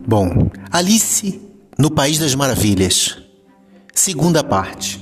Bom, Alice no País das Maravilhas, segunda parte.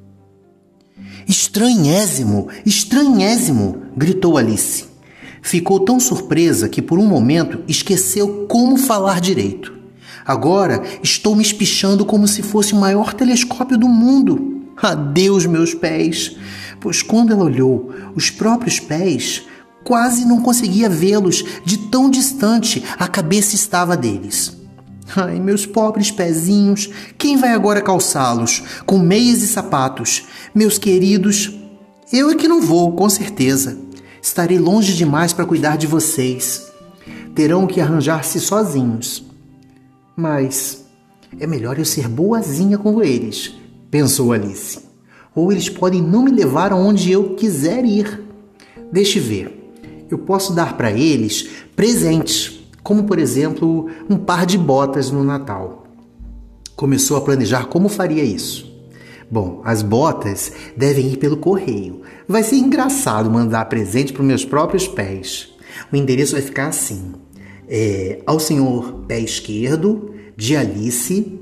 Estranhésimo, estranhésimo, gritou Alice. Ficou tão surpresa que por um momento esqueceu como falar direito. Agora estou me espichando como se fosse o maior telescópio do mundo. Adeus, meus pés! Pois quando ela olhou os próprios pés, quase não conseguia vê-los de tão distante a cabeça estava deles. Ai, meus pobres pezinhos, quem vai agora calçá-los, com meias e sapatos? Meus queridos, eu é que não vou, com certeza. Estarei longe demais para cuidar de vocês. Terão que arranjar-se sozinhos. Mas é melhor eu ser boazinha com eles, pensou Alice. Ou eles podem não me levar aonde eu quiser ir. Deixe ver. Eu posso dar para eles presentes, como, por exemplo, um par de botas no Natal. Começou a planejar como faria isso. Bom, as botas devem ir pelo correio. Vai ser engraçado mandar presente para os meus próprios pés. O endereço vai ficar assim. Ao senhor pé esquerdo, de Alice,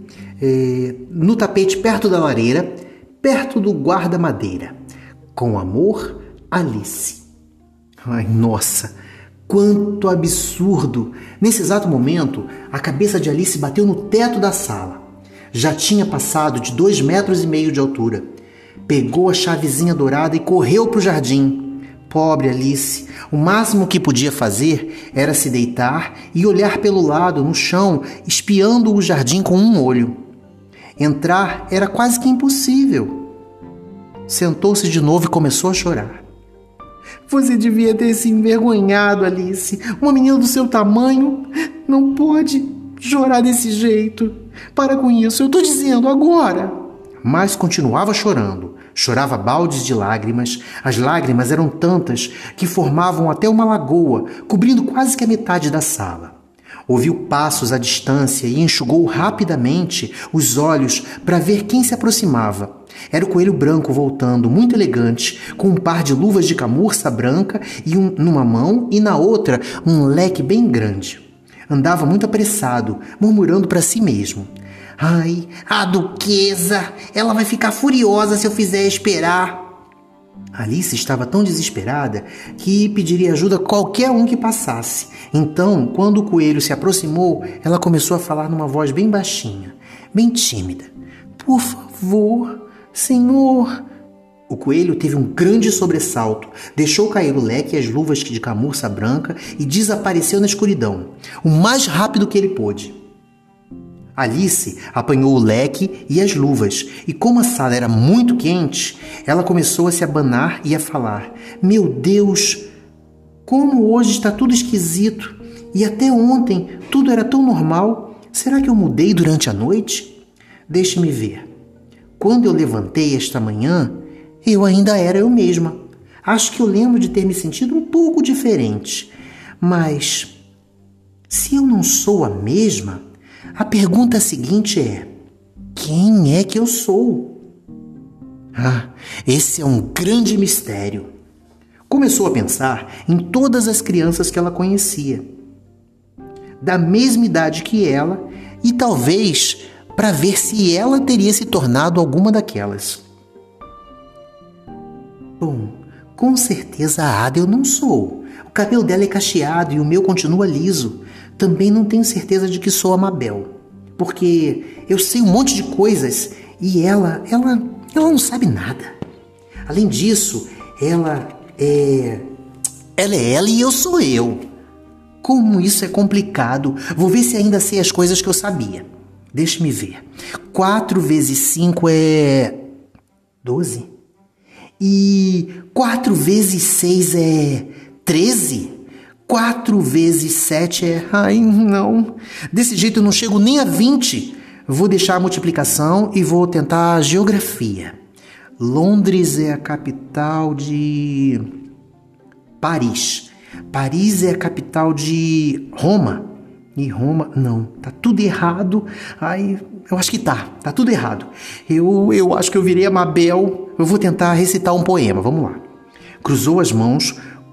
no tapete perto da lareira, perto do guarda-madeira. Com amor, Alice. Ai, nossa, quanto absurdo! Nesse exato momento, a cabeça de Alice bateu no teto da sala. Já tinha passado de 2,5 metros de altura. Pegou a chavezinha dourada e correu para o jardim. Pobre Alice, o máximo que podia fazer era se deitar e olhar pelo lado, no chão, espiando o jardim com um olho. Entrar era quase que impossível. Sentou-se de novo e começou a chorar. Você devia ter se envergonhado, Alice. Uma menina do seu tamanho não pode chorar desse jeito. Para com isso, eu estou dizendo agora. Mas continuava chorando. Chorava baldes de lágrimas. As lágrimas eram tantas que formavam até uma lagoa, cobrindo quase que a metade da sala. Ouviu passos à distância e enxugou rapidamente os olhos para ver quem se aproximava. Era o coelho branco voltando, muito elegante, com um par de luvas de camurça branca numa mão e na outra um leque bem grande. Andava muito apressado, murmurando para si mesmo. Ai, a duquesa! Ela vai ficar furiosa se eu fizer esperar. Alice estava tão desesperada que pediria ajuda a qualquer um que passasse. Então, quando o coelho se aproximou, ela começou a falar numa voz bem baixinha, bem tímida. Por favor, senhor... O coelho teve um grande sobressalto, deixou cair o leque e as luvas de camurça branca e desapareceu na escuridão, o mais rápido que ele pôde. Alice apanhou o leque e as luvas, e como a sala era muito quente, ela começou a se abanar e a falar. Meu Deus, como hoje está tudo esquisito, e até ontem tudo era tão normal. Será que eu mudei durante a noite? Deixe-me ver. Quando eu levantei esta manhã, eu ainda era eu mesma. Acho que eu lembro de ter me sentido um pouco diferente. Mas, se eu não sou a mesma, a pergunta seguinte é: quem é que eu sou? Esse é um grande mistério. Começou a pensar em todas as crianças que ela conhecia, da mesma idade que ela, e talvez para ver se ela teria se tornado alguma daquelas. Bom, com certeza a Ada eu não sou. O cabelo dela é cacheado e o meu continua liso. Também não tenho certeza de que sou a Mabel, porque eu sei um monte de coisas e ela não sabe nada. Além disso, ela é ela e eu sou eu. Como isso é complicado. Vou ver se ainda sei as coisas que eu sabia. Deixe-me ver. 4 vezes 5 é 12. E 4 vezes 6 é 13? 4 vezes 7 é... Ai, não. Desse jeito eu não chego nem a 20. Vou deixar a multiplicação e vou tentar a geografia. Londres é a capital de... Paris. Paris é a capital de Roma. E Roma... Não, tá tudo errado. Ai, eu acho que tá tudo errado. Eu acho que eu virei a Mabel. Eu vou tentar recitar um poema, vamos lá. Cruzou as mãos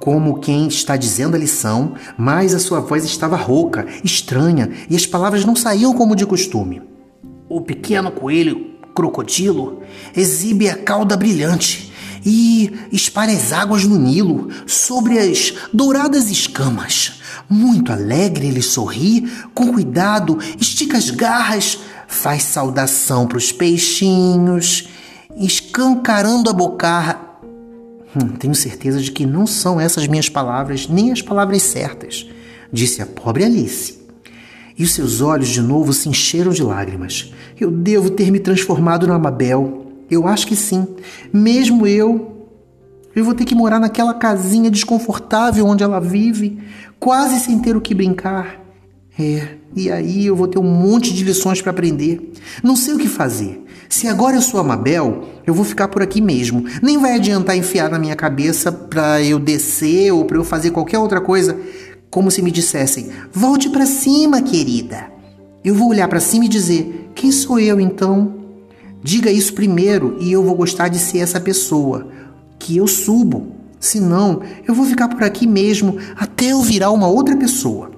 como quem está dizendo a lição, mas a sua voz estava rouca, estranha, e as palavras não saíam como de costume. O pequeno coelho crocodilo exibe a cauda brilhante e espalha as águas no Nilo sobre as douradas escamas. Muito alegre ele sorri, com cuidado, estica as garras, faz saudação para os peixinhos, escancarando a bocarra. Tenho certeza de que não são essas minhas palavras, nem as palavras certas, disse a pobre Alice. E os seus olhos de novo se encheram de lágrimas. Eu devo ter me transformado na Mabel. Eu acho que sim. Mesmo eu vou ter que morar naquela casinha desconfortável onde ela vive, quase sem ter o que brincar. E aí eu vou ter um monte de lições para aprender. Não sei o que fazer. Se agora eu sou a Mabel, eu vou ficar por aqui mesmo. Nem vai adiantar enfiar na minha cabeça para eu descer ou para eu fazer qualquer outra coisa, como se me dissessem: volte para cima, querida. Eu vou olhar para cima e dizer: quem sou eu então? Diga isso primeiro e eu vou gostar de ser essa pessoa, que eu subo. Senão, eu vou ficar por aqui mesmo até eu virar uma outra pessoa.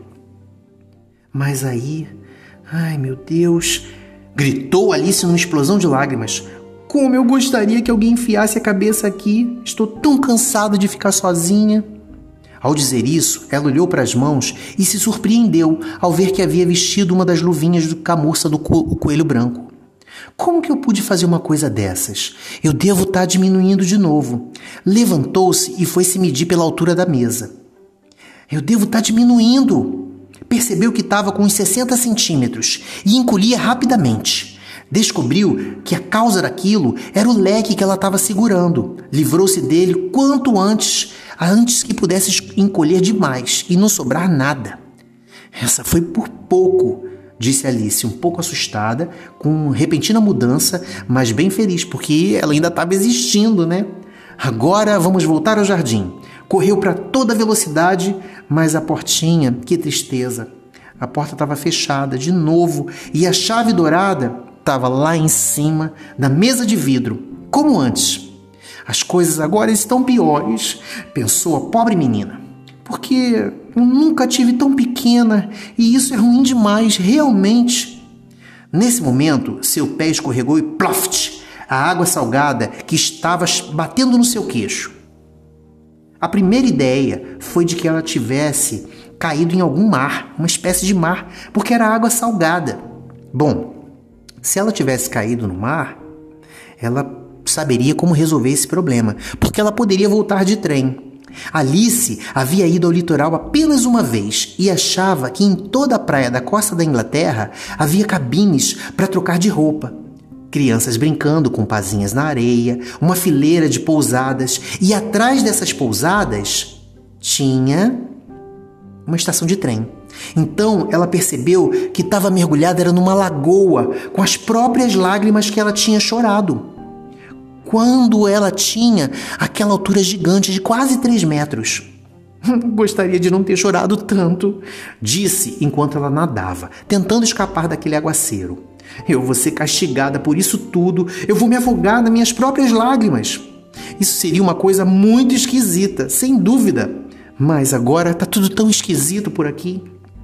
Mas aí, ai meu Deus, gritou Alice numa explosão de lágrimas. Como eu gostaria que alguém enfiasse a cabeça aqui. Estou tão cansada de ficar sozinha. Ao dizer isso, ela olhou para as mãos e se surpreendeu ao ver que havia vestido uma das luvinhas do camurça do coelho branco. Como que eu pude fazer uma coisa dessas? Eu devo estar diminuindo de novo. Levantou-se e foi se medir pela altura da mesa. Eu devo estar diminuindo. Percebeu que estava com uns 60 centímetros e encolhia rapidamente. Descobriu que a causa daquilo era o leque que ela estava segurando. Livrou-se dele quanto antes que pudesse encolher demais e não sobrar nada. Essa foi por pouco, disse Alice, um pouco assustada, com repentina mudança, mas bem feliz, porque ela ainda estava existindo, né? Agora vamos voltar ao jardim. Correu para toda velocidade, mas a portinha, que tristeza. A porta estava fechada de novo e a chave dourada estava lá em cima da mesa de vidro, como antes. As coisas agora estão piores, pensou a pobre menina. Porque eu nunca tive tão pequena e isso é ruim demais, realmente. Nesse momento, seu pé escorregou e ploft! A água salgada que estava batendo no seu queixo. A primeira ideia foi de que ela tivesse caído em algum mar, uma espécie de mar, porque era água salgada. Bom, se ela tivesse caído no mar, ela saberia como resolver esse problema, porque ela poderia voltar de trem. Alice havia ido ao litoral apenas uma vez e achava que em toda a praia da costa da Inglaterra havia cabines para trocar de roupa. Crianças brincando com pazinhas na areia, uma fileira de pousadas e atrás dessas pousadas tinha uma estação de trem. Então ela percebeu que estava mergulhada era numa lagoa com as próprias lágrimas que ela tinha chorado. Quando ela tinha aquela altura gigante de quase 3 metros. Gostaria de não ter chorado tanto, disse enquanto ela nadava, tentando escapar daquele aguaceiro. Eu vou ser castigada por isso tudo, eu vou me afogar nas minhas próprias lágrimas. Isso seria uma coisa muito esquisita, sem dúvida. Mas agora está tudo tão esquisito por aqui.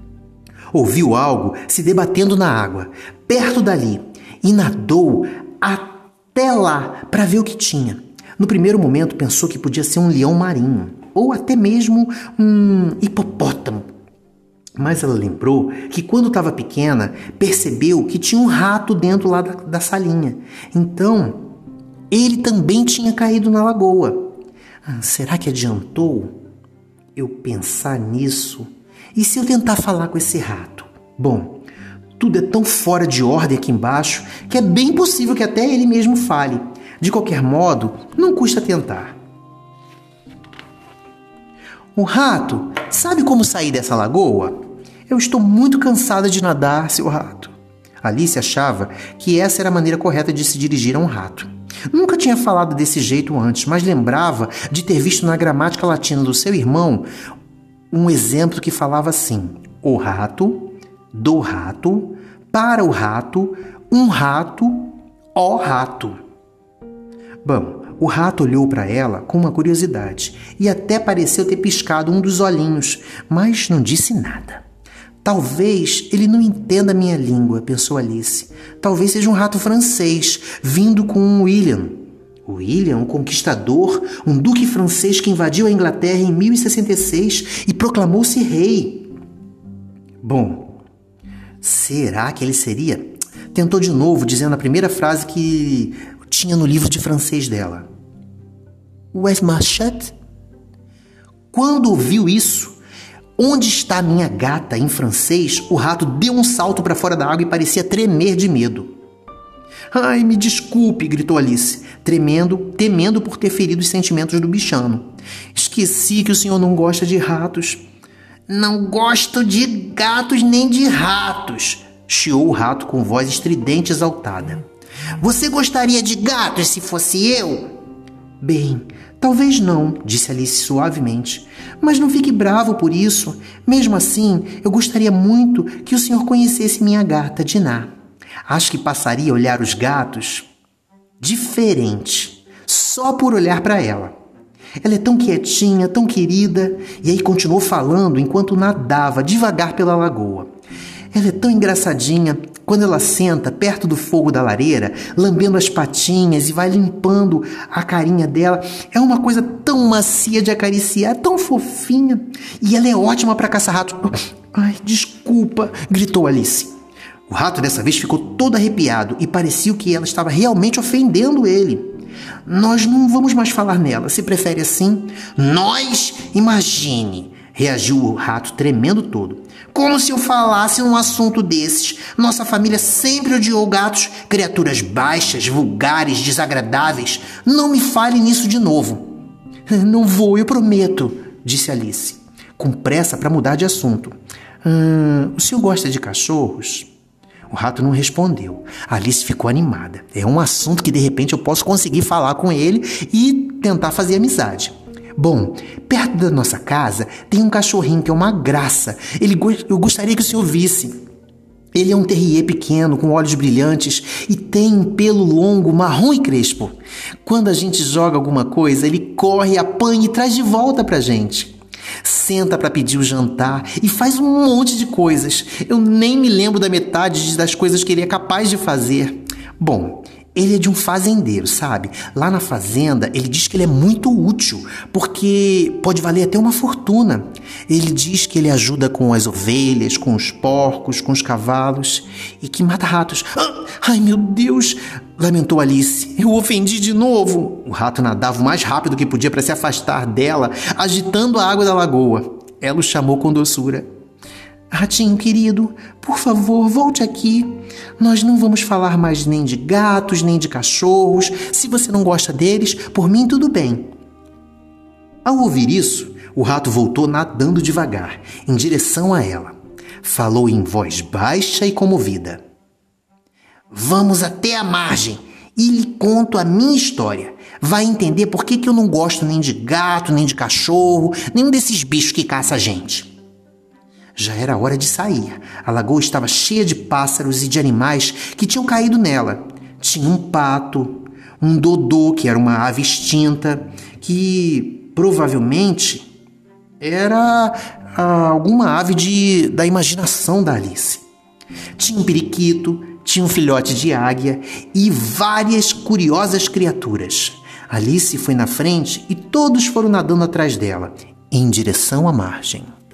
Ouviu algo se debatendo na água, perto dali, e nadou até lá para ver o que tinha. No primeiro momento pensou que podia ser um leão marinho, ou até mesmo um hipopótamo. Mas ela lembrou que quando estava pequena, percebeu que tinha um rato dentro lá da salinha. Então, ele também tinha caído na lagoa. Será que adiantou eu pensar nisso? E se eu tentar falar com esse rato? Bom, tudo é tão fora de ordem aqui embaixo que é bem possível que até ele mesmo fale. De qualquer modo, não custa tentar. O rato, sabe como sair dessa lagoa? Eu estou muito cansada de nadar, seu rato. Alice achava que essa era a maneira correta de se dirigir a um rato. Nunca tinha falado desse jeito antes, mas lembrava de ter visto na gramática latina do seu irmão um exemplo que falava assim: o rato, do rato, para o rato, um rato, ó rato. Bom, O rato olhou para ela com uma curiosidade e até pareceu ter piscado um dos olhinhos, mas não disse nada. Talvez ele não entenda a minha língua, pensou Alice. Talvez seja um rato francês, vindo com um William. William, um conquistador, um duque francês que invadiu a Inglaterra em 1066 e proclamou-se rei. Bom, será que ele seria? Tentou de novo, dizendo a primeira frase que tinha no livro de francês dela. Where's my chat? Quando ouviu isso, onde está minha gata, em francês, o rato deu um salto para fora da água e parecia tremer de medo. Ai, me desculpe, gritou Alice, temendo por ter ferido os sentimentos do bichano. Esqueci que o senhor não gosta de ratos. Não gosto de gatos nem de ratos, chiou o rato com voz estridente e exaltada. Você gostaria de gatos se fosse eu? Bem, talvez não, disse Alice suavemente. Mas não fique bravo por isso. Mesmo assim, eu gostaria muito que o senhor conhecesse minha gata, Dinah. Acho que passaria a olhar os gatos diferente, só por olhar para ela. Ela é tão quietinha, tão querida. E aí continuou falando enquanto nadava devagar pela lagoa. Ela é tão engraçadinha. Quando ela senta perto do fogo da lareira, lambendo as patinhas e vai limpando a carinha dela, é uma coisa tão macia de acariciar, tão fofinha. E ela é ótima para caçar ratos. Ai, desculpa, gritou Alice. O rato dessa vez ficou todo arrepiado e parecia que ela estava realmente ofendendo ele. Nós não vamos mais falar nela, se prefere assim? Nós? Imagine, reagiu o rato tremendo todo. Como se eu falasse num assunto desses. Nossa família sempre odiou gatos, criaturas baixas, vulgares, desagradáveis. Não me fale nisso de novo. Não vou, eu prometo, disse Alice, com pressa para mudar de assunto. O senhor gosta de cachorros? O rato não respondeu. Alice ficou animada. É um assunto que de repente eu posso conseguir falar com ele e tentar fazer amizade. Bom, perto da nossa casa tem um cachorrinho que é uma graça. Eu gostaria que o senhor visse. Ele é um terrier pequeno, com olhos brilhantes e tem um pelo longo, marrom e crespo. Quando a gente joga alguma coisa, ele corre, apanha e traz de volta pra gente. Senta para pedir o jantar e faz um monte de coisas. Eu nem me lembro da metade das coisas que ele é capaz de fazer. Bom, ele é de um fazendeiro, sabe? Lá na fazenda, ele diz que ele é muito útil, porque pode valer até uma fortuna. Ele diz que ele ajuda com as ovelhas, com os porcos, com os cavalos e que mata ratos. Ai, meu Deus! Lamentou Alice. Eu o ofendi de novo. O rato nadava o mais rápido que podia para se afastar dela, agitando a água da lagoa. Ela o chamou com doçura. Ratinho querido, por favor, volte aqui. Nós não vamos falar mais nem de gatos, nem de cachorros. Se você não gosta deles, por mim tudo bem. Ao ouvir isso, o rato voltou nadando devagar, em direção a ela. Falou em voz baixa e comovida. Vamos até a margem e lhe conto a minha história. Vai entender por que eu não gosto nem de gato, nem de cachorro, nenhum desses bichos que caça a gente. Já era hora de sair. A lagoa estava cheia de pássaros e de animais que tinham caído nela. Tinha um pato, um dodô, que era uma ave extinta, que provavelmente era alguma ave da imaginação da Alice. Tinha um periquito, tinha um filhote de águia e várias curiosas criaturas. Alice foi na frente e todos foram nadando atrás dela, em direção à margem.